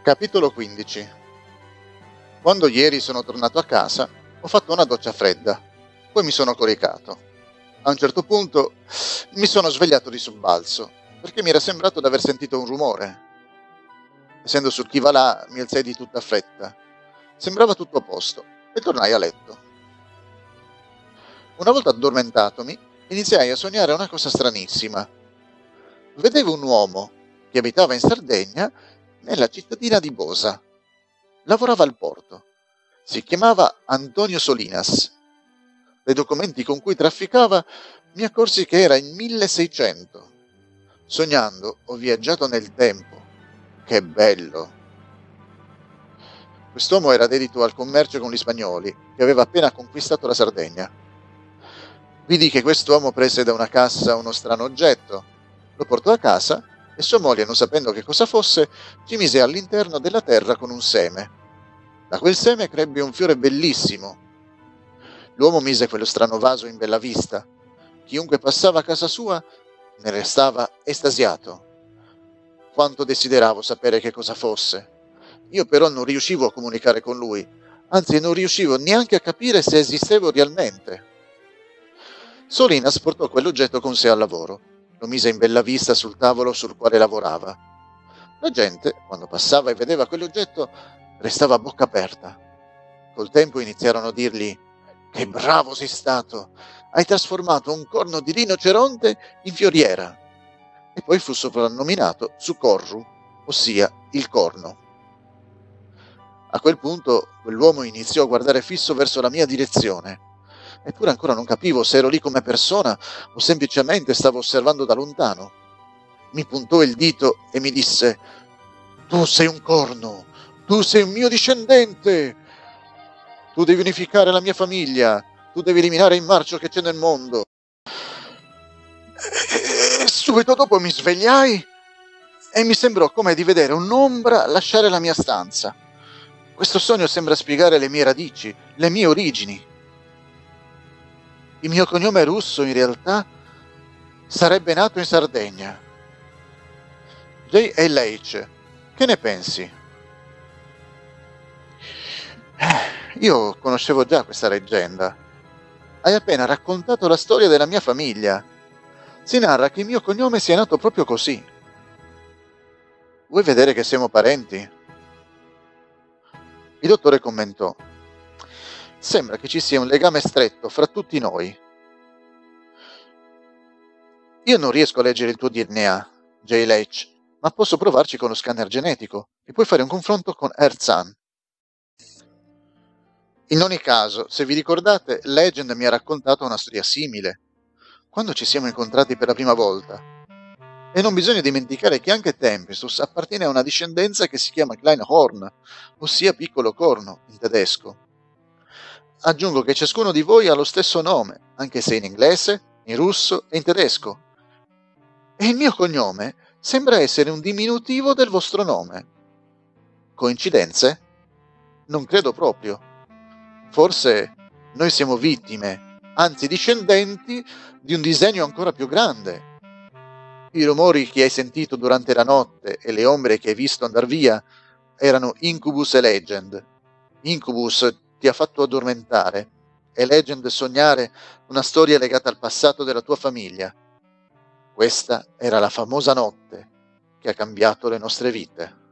Capitolo 15. Quando ieri sono tornato a casa, ho fatto una doccia fredda, poi mi sono coricato. A un certo punto mi sono svegliato di sobbalzo, perché mi era sembrato di aver sentito un rumore. Essendo sul chi va là, mi alzai di tutta fretta. Sembrava tutto a posto e tornai a letto. Una volta addormentatomi, iniziai a sognare una cosa stranissima. Vedevo un uomo che abitava in Sardegna, nella cittadina di Bosa. Lavorava al porto. Si chiamava Antonio Solinas. Dai documenti con cui trafficava mi accorsi che era in 1600. Sognando ho viaggiato nel tempo. Che bello! Quest'uomo era dedito al commercio con gli spagnoli, che aveva appena conquistato la Sardegna. Vidi che quest'uomo prese da una cassa uno strano oggetto, lo portò a casa e sua moglie, non sapendo che cosa fosse, ci mise all'interno della terra con un seme. Da quel seme crebbe un fiore bellissimo. L'uomo mise quello strano vaso in bella vista. Chiunque passava a casa sua ne restava estasiato. Quanto desideravo sapere che cosa fosse. Io però non riuscivo a comunicare con lui, anzi non riuscivo neanche a capire se esistevo realmente. Solinas portò quell'oggetto con sé al lavoro. Lo mise in bella vista sul tavolo sul quale lavorava. La gente, quando passava e vedeva quell'oggetto, restava a bocca aperta. Col tempo iniziarono a dirgli: «Che bravo sei stato! Hai trasformato un corno di rinoceronte in fioriera!» E poi fu soprannominato Sucorru, ossia il corno. A quel punto quell'uomo iniziò a guardare fisso verso la mia direzione. Eppure ancora non capivo se ero lì come persona o semplicemente stavo osservando da lontano. Mi puntò il dito e mi disse: «Tu sei un corno! Tu sei un mio discendente! Tu devi unificare la mia famiglia! Tu devi eliminare il marcio che c'è nel mondo!» E subito dopo mi svegliai e mi sembrò come di vedere un'ombra lasciare la mia stanza. Questo sogno sembra spiegare le mie radici, le mie origini. Il mio cognome russo, in realtà, sarebbe nato in Sardegna. JLH, che ne pensi? Io conoscevo già questa leggenda. Hai appena raccontato la storia della mia famiglia. Si narra che il mio cognome sia nato proprio così. Vuoi vedere che siamo parenti? Il dottore commentò: «Sembra che ci sia un legame stretto fra tutti noi». «Io non riesco a leggere il tuo DNA, JLH, ma posso provarci con lo scanner genetico e puoi fare un confronto con Erzan». In ogni caso, se vi ricordate, Legend mi ha raccontato una storia simile, quando ci siamo incontrati per la prima volta. E non bisogna dimenticare che anche Tempestus appartiene a una discendenza che si chiama Kleinhorn, ossia piccolo corno in tedesco. Aggiungo che ciascuno di voi ha lo stesso nome, anche se in inglese, in russo e in tedesco. E il mio cognome sembra essere un diminutivo del vostro nome. Coincidenze? Non credo proprio. Forse noi siamo vittime, anzi discendenti, di un disegno ancora più grande. I rumori che hai sentito durante la notte e le ombre che hai visto andar via erano Incubus e Legend. Incubus ti ha fatto addormentare e Legend sognare una storia legata al passato della tua famiglia. Questa era la famosa notte che ha cambiato le nostre vite.